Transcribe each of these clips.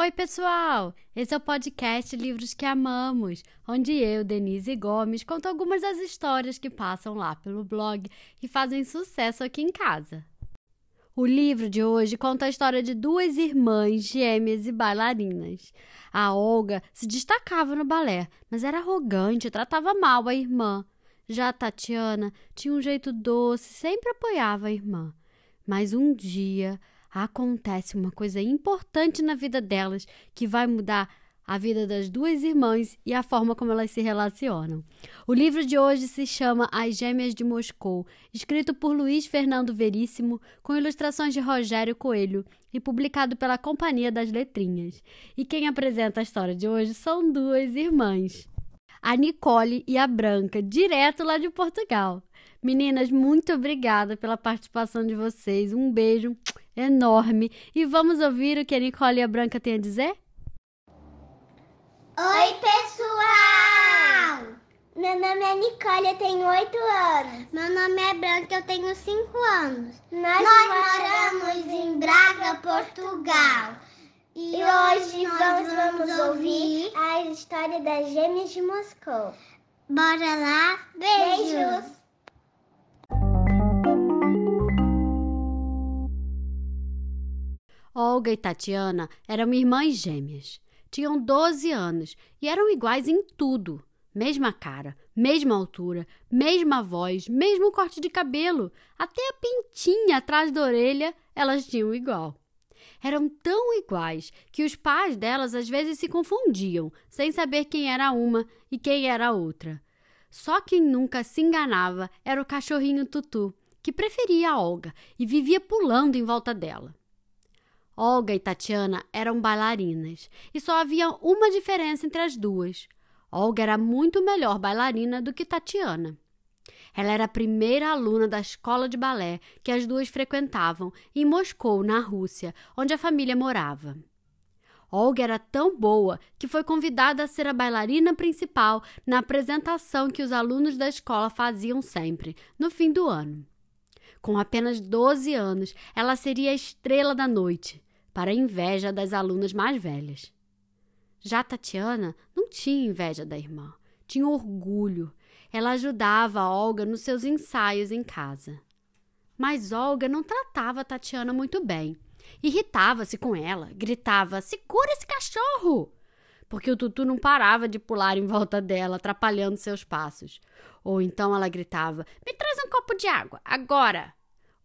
Oi, pessoal! Esse é o podcast Livros que Amamos, onde eu, Denise Gomes, conto algumas das histórias que passam lá pelo blog e fazem sucesso aqui em casa. O livro de hoje conta a história de duas irmãs gêmeas e bailarinas. A Olga se destacava no balé, mas era arrogante e tratava mal a irmã. Já a Tatiana tinha um jeito doce e sempre apoiava a irmã. Mas um dia acontece uma coisa importante na vida delas que vai mudar a vida das duas irmãs e a forma como elas se relacionam. O livro de hoje se chama As Gêmeas de Moscou, escrito por Luiz Fernando Veríssimo, com ilustrações de Rogério Coelho e publicado pela Companhia das Letrinhas. E quem apresenta a história de hoje são duas irmãs, a Nicole e a Branca, direto lá de Portugal. Meninas, muito obrigada pela participação de vocês. Um beijo enorme. E vamos ouvir o que a Nicole e a Branca têm a dizer? Oi, pessoal! Meu nome é Nicole, eu tenho 8 anos. Meu nome é Branca, eu tenho 5 anos. Nós moramos em Braga, Portugal. E hoje nós vamos ouvir a história das Gêmeas de Moscou. Bora lá? Beijos! Olga e Tatiana eram irmãs gêmeas. Tinham 12 anos e eram iguais em tudo. Mesma cara, mesma altura, mesma voz, mesmo corte de cabelo. Até a pintinha atrás da orelha elas tinham igual. Eram tão iguais que os pais delas às vezes se confundiam, sem saber quem era uma e quem era a outra. Só quem nunca se enganava era o cachorrinho Tutu, que preferia a Olga e vivia pulando em volta dela. Olga e Tatiana eram bailarinas e só havia uma diferença entre as duas. Olga era muito melhor bailarina do que Tatiana. Ela era a primeira aluna da escola de balé que as duas frequentavam em Moscou, na Rússia, onde a família morava. Olga era tão boa que foi convidada a ser a bailarina principal na apresentação que os alunos da escola faziam sempre, no fim do ano. Com apenas 12 anos, ela seria a estrela da noite, para a inveja das alunas mais velhas. Já Tatiana não tinha inveja da irmã, tinha orgulho. Ela ajudava a Olga nos seus ensaios em casa. Mas Olga não tratava a Tatiana muito bem. Irritava-se com ela, gritava: "Segura esse cachorro!", porque o Tutu não parava de pular em volta dela, atrapalhando seus passos. Ou então ela gritava: "Me traz um copo de água, agora!",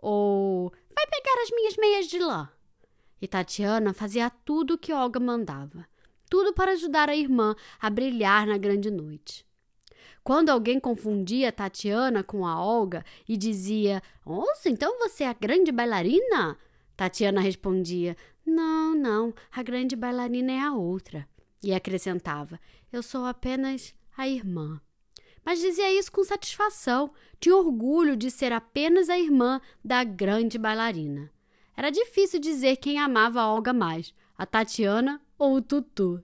ou "Vai pegar as minhas meias de lã!". E Tatiana fazia tudo o que Olga mandava, tudo para ajudar a irmã a brilhar na grande noite. Quando alguém confundia Tatiana com a Olga e dizia: "Nossa, então você é a grande bailarina?", Tatiana respondia: Não, a grande bailarina é a outra". E acrescentava: "Eu sou apenas a irmã". Mas dizia isso com satisfação, tinha orgulho de ser apenas a irmã da grande bailarina. Era difícil dizer quem amava a Olga mais, a Tatiana ou o Tutu.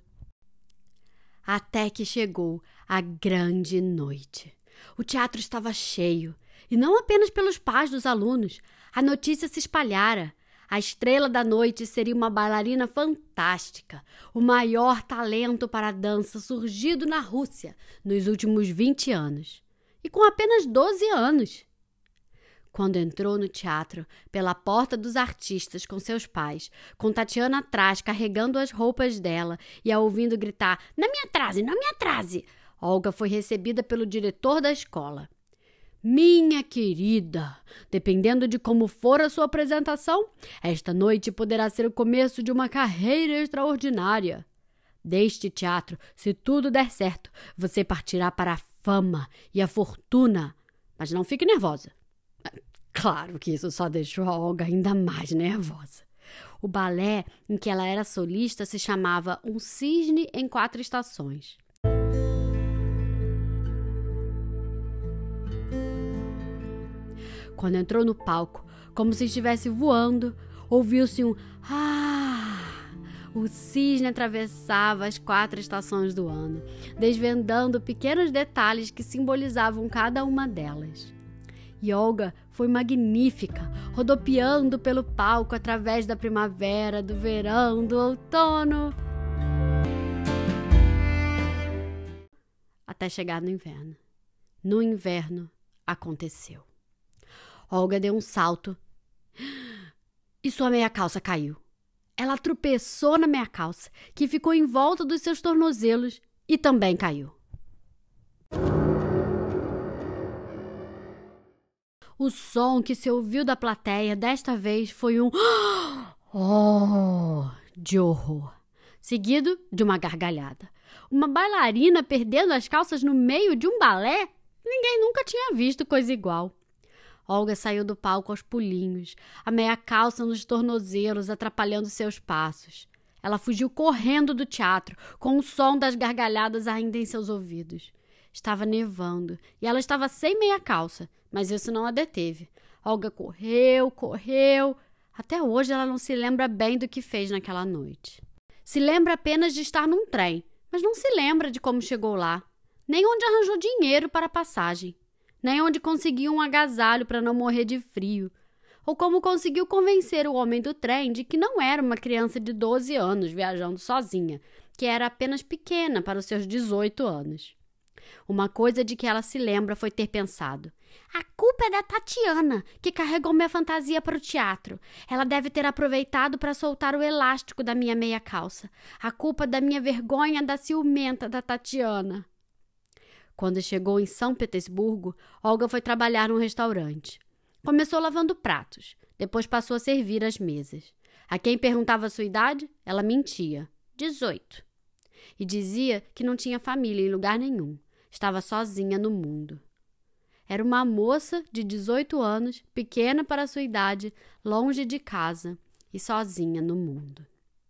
Até que chegou a grande noite. O teatro estava cheio, e não apenas pelos pais dos alunos. A notícia se espalhara. A estrela da noite seria uma bailarina fantástica, o maior talento para a dança surgido na Rússia nos últimos 20 anos. E com apenas 12 anos. Quando entrou no teatro, pela porta dos artistas com seus pais, com Tatiana atrás carregando as roupas dela e a ouvindo gritar: "Não me atrase, não me atrase!", Olga foi recebida pelo diretor da escola. "Minha querida, dependendo de como for a sua apresentação, esta noite poderá ser o começo de uma carreira extraordinária. Deste teatro, se tudo der certo, você partirá para a fama e a fortuna. Mas não fique nervosa." Claro que isso só deixou a Olga ainda mais nervosa. O balé em que ela era solista se chamava Um Cisne em 4 Estações. Quando entrou no palco, como se estivesse voando, ouviu-se um "ah". O cisne atravessava as 4 estações do ano, desvendando pequenos detalhes que simbolizavam cada uma delas. E Olga foi magnífica, rodopiando pelo palco através da primavera, do verão, do outono. até chegar no inverno. No inverno, aconteceu. Olga deu um salto e sua meia calça caiu. Ela tropeçou na meia calça, que ficou em volta dos seus tornozelos e também caiu. O som que se ouviu da plateia desta vez foi um "oh" de horror, seguido de uma gargalhada. Uma bailarina perdendo as calças no meio de um balé? Ninguém nunca tinha visto coisa igual. Olga saiu do palco aos pulinhos, a meia calça nos tornozelos atrapalhando seus passos. Ela fugiu correndo do teatro, com o som das gargalhadas ainda em seus ouvidos. Estava nevando e ela estava sem meia calça, mas isso não a deteve. Olga correu. Até hoje ela não se lembra bem do que fez naquela noite. Se lembra apenas de estar num trem, mas não se lembra de como chegou lá, nem onde arranjou dinheiro para a passagem, nem onde conseguiu um agasalho para não morrer de frio, ou como conseguiu convencer o homem do trem de que não era uma criança de 12 anos viajando sozinha, que era apenas pequena para os seus 18 anos. Uma coisa de que ela se lembra foi ter pensado: a culpa é da Tatiana, que carregou minha fantasia para o teatro. Ela deve ter aproveitado para soltar o elástico da minha meia calça. A culpa da minha vergonha da ciumenta da Tatiana. Quando chegou em São Petersburgo, Olga foi trabalhar num restaurante. Começou lavando pratos, depois passou a servir as mesas. A quem perguntava a sua idade, ela mentia: 18. E dizia que não tinha família em lugar nenhum. Estava sozinha no mundo. Era uma moça de 18 anos, pequena para a sua idade, longe de casa e sozinha no mundo.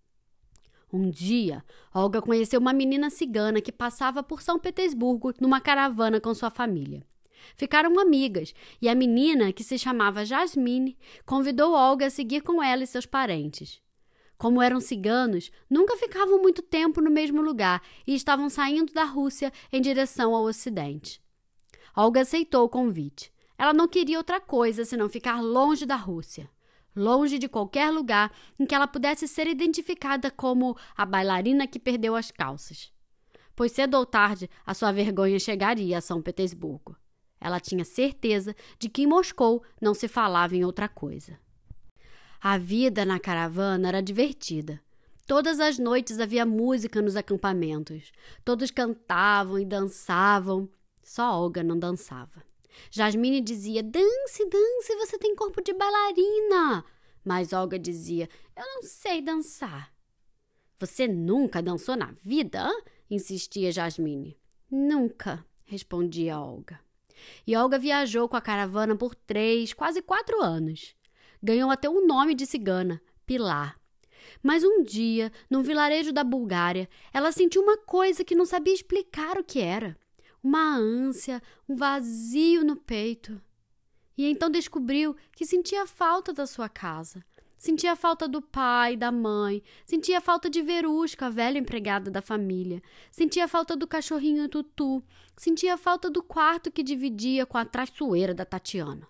Um dia, Olga conheceu uma menina cigana que passava por São Petersburgo numa caravana com sua família. Ficaram amigas e a menina, que se chamava Jasmine, convidou Olga a seguir com ela e seus parentes. Como eram ciganos, nunca ficavam muito tempo no mesmo lugar e estavam saindo da Rússia em direção ao Ocidente. Olga aceitou o convite. Ela não queria outra coisa senão ficar longe da Rússia, longe de qualquer lugar em que ela pudesse ser identificada como a bailarina que perdeu as calças. Pois cedo ou tarde a sua vergonha chegaria a São Petersburgo. Ela tinha certeza de que em Moscou não se falava em outra coisa. A vida na caravana era divertida. Todas as noites havia música nos acampamentos. Todos cantavam e dançavam. Só Olga não dançava. Jasmine dizia: dance, dance, você tem corpo de bailarina. Mas Olga dizia: eu não sei dançar. Você nunca dançou na vida? Insistia Jasmine. Nunca, respondia Olga. E Olga viajou com a caravana por 3, quase 4 anos. Ganhou até um nome de cigana, Pilar. Mas um dia, num vilarejo da Bulgária, ela sentiu uma coisa que não sabia explicar o que era. Uma ânsia, um vazio no peito. E então descobriu que sentia falta da sua casa. Sentia falta do pai, da mãe. Sentia falta de Verusca, a velha empregada da família. Sentia falta do cachorrinho Tutu. Sentia falta do quarto que dividia com a traiçoeira da Tatiana.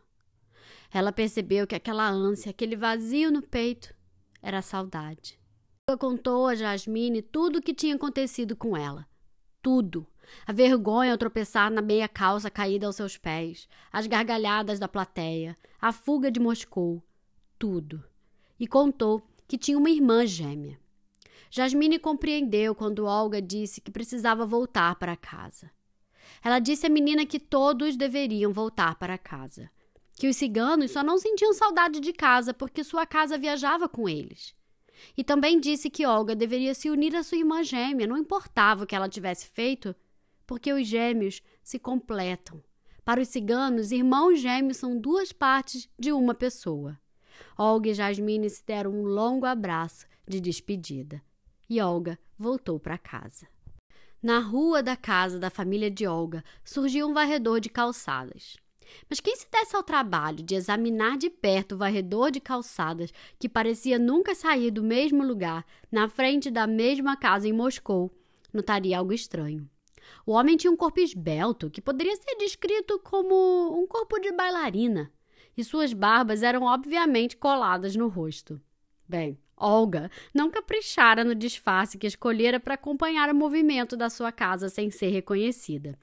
Ela percebeu que aquela ânsia, aquele vazio no peito, era a saudade. Ela contou a Jasmine tudo o que tinha acontecido com ela. Tudo. A vergonha ao tropeçar na meia calça caída aos seus pés, as gargalhadas da plateia, a fuga de Moscou. Tudo. E contou que tinha uma irmã gêmea. Jasmine compreendeu quando Olga disse que precisava voltar para casa. Ela disse à menina que todos deveriam voltar para casa. Que os ciganos só não sentiam saudade de casa porque sua casa viajava com eles. E também disse que Olga deveria se unir à sua irmã gêmea, não importava o que ela tivesse feito, porque os gêmeos se completam. Para os ciganos, irmãos gêmeos são 2 partes de uma pessoa. Olga e Jasmine se deram um longo abraço de despedida. E Olga voltou para casa. Na rua da casa da família de Olga surgiu um varredor de calçadas. Mas quem se desse ao trabalho de examinar de perto o varredor de calçadas, que parecia nunca sair do mesmo lugar, na frente da mesma casa em Moscou, notaria algo estranho. O homem tinha um corpo esbelto, que poderia ser descrito como um corpo de bailarina, e suas barbas eram obviamente coladas no rosto. Bem, Olga não caprichara no disfarce que escolhera para acompanhar o movimento da sua casa sem ser reconhecida.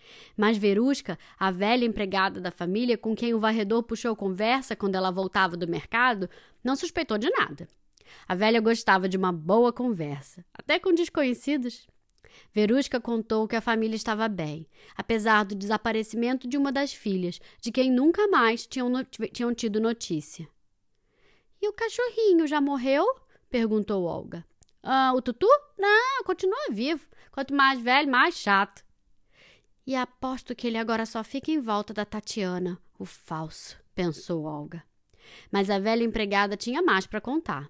Mas Verusca, a velha empregada da família com quem o varredor puxou conversa quando ela voltava do mercado, não suspeitou de nada. A velha gostava de uma boa conversa, até com desconhecidos. Verusca contou que a família estava bem, apesar do desaparecimento de uma das filhas, de quem nunca mais tinham tido notícia. "E o cachorrinho já morreu?" perguntou Olga. O Tutu? Não, continua vivo. Quanto mais velho, mais chato. "E aposto que ele agora só fica em volta da Tatiana, o falso", pensou Olga. Mas a velha empregada tinha mais para contar.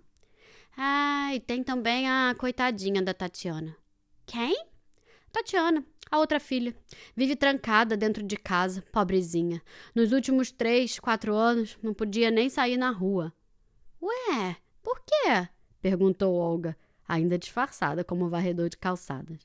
E tem também a coitadinha da Tatiana." "Quem?" "Tatiana, a outra filha. Vive trancada dentro de casa, pobrezinha. Nos últimos 3, 4 anos, não podia nem sair na rua." "Ué, por quê?" perguntou Olga, ainda disfarçada como varredor de calçadas.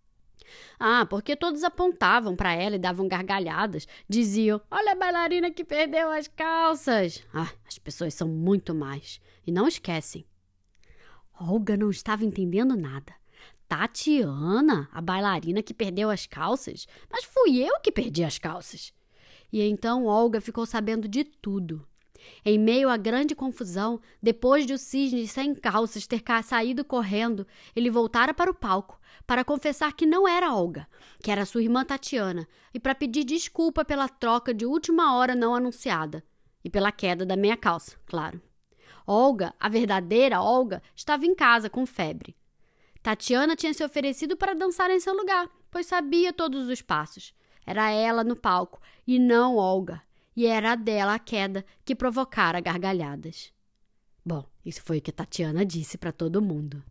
Porque todos apontavam para ela e davam gargalhadas. Diziam: "Olha a bailarina que perdeu as calças." As pessoas são muito más e não esquecem. Olga não estava entendendo nada. Tatiana, a bailarina que perdeu as calças? Mas fui eu que perdi as calças. E então Olga ficou sabendo de tudo. Em meio à grande confusão, depois de o cisne sem calças ter saído correndo, ele voltara para o palco para confessar que não era Olga, que era sua irmã Tatiana, e para pedir desculpa pela troca de última hora não anunciada. E pela queda da meia calça, claro. Olga, a verdadeira Olga, estava em casa com febre. Tatiana tinha se oferecido para dançar em seu lugar, pois sabia todos os passos. Era ela no palco, e não Olga. E era dela a queda que provocara gargalhadas. Bom, isso foi o que Tatiana disse para todo mundo.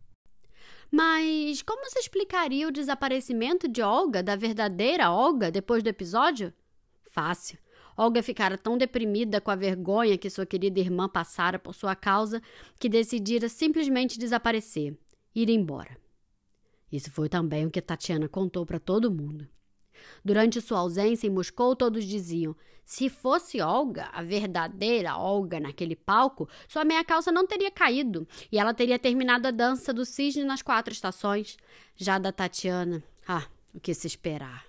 Mas como se explicaria o desaparecimento de Olga, da verdadeira Olga, depois do episódio? Fácil. Olga ficara tão deprimida com a vergonha que sua querida irmã passara por sua causa que decidira simplesmente desaparecer, ir embora. Isso foi também o que Tatiana contou para todo mundo. Durante sua ausência em Moscou, todos diziam: se fosse Olga, a verdadeira Olga naquele palco, sua meia calça não teria caído e ela teria terminado a dança do cisne nas 4 estações. Já da Tatiana, o que se esperar.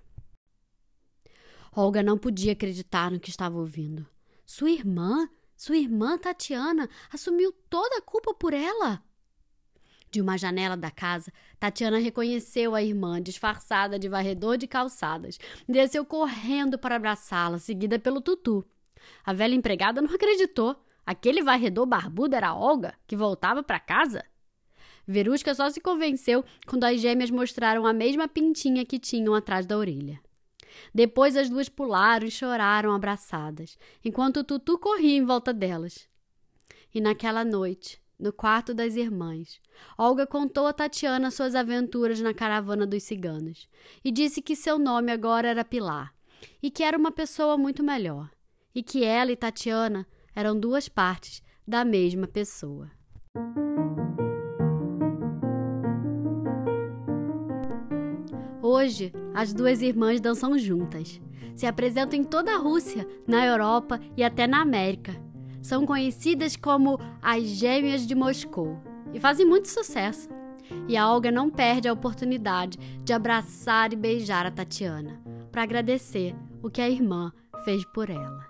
Olga não podia acreditar no que estava ouvindo. Sua irmã Tatiana, assumiu toda a culpa por ela. De uma janela da casa, Tatiana reconheceu a irmã, disfarçada de varredor de calçadas. Desceu correndo para abraçá-la, seguida pelo Tutu. A velha empregada não acreditou. Aquele varredor barbudo era a Olga, que voltava para casa? Verusca só se convenceu quando as gêmeas mostraram a mesma pintinha que tinham atrás da orelha. Depois as duas pularam e choraram abraçadas, enquanto o Tutu corria em volta delas. E naquela noite, no quarto das irmãs, Olga contou a Tatiana suas aventuras na caravana dos ciganos e disse que seu nome agora era Pilar e que era uma pessoa muito melhor e que ela e Tatiana eram 2 partes da mesma pessoa. Hoje, as 2 irmãs dançam juntas. Se apresentam em toda a Rússia, na Europa e até na América. São conhecidas como as Gêmeas de Moscou e fazem muito sucesso. E a Olga não perde a oportunidade de abraçar e beijar a Tatiana para agradecer o que a irmã fez por ela.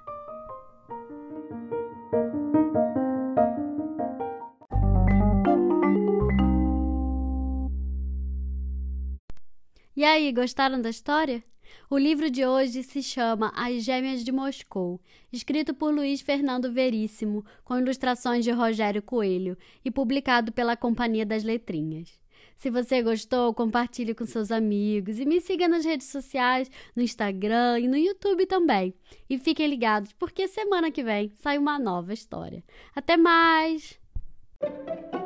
E aí, gostaram da história? O livro de hoje se chama As Gêmeas de Moscou, escrito por Luiz Fernando Veríssimo, com ilustrações de Rogério Coelho e publicado pela Companhia das Letrinhas. Se você gostou, compartilhe com seus amigos e me siga nas redes sociais, no Instagram e no YouTube também. E fiquem ligados, porque semana que vem sai uma nova história. Até mais!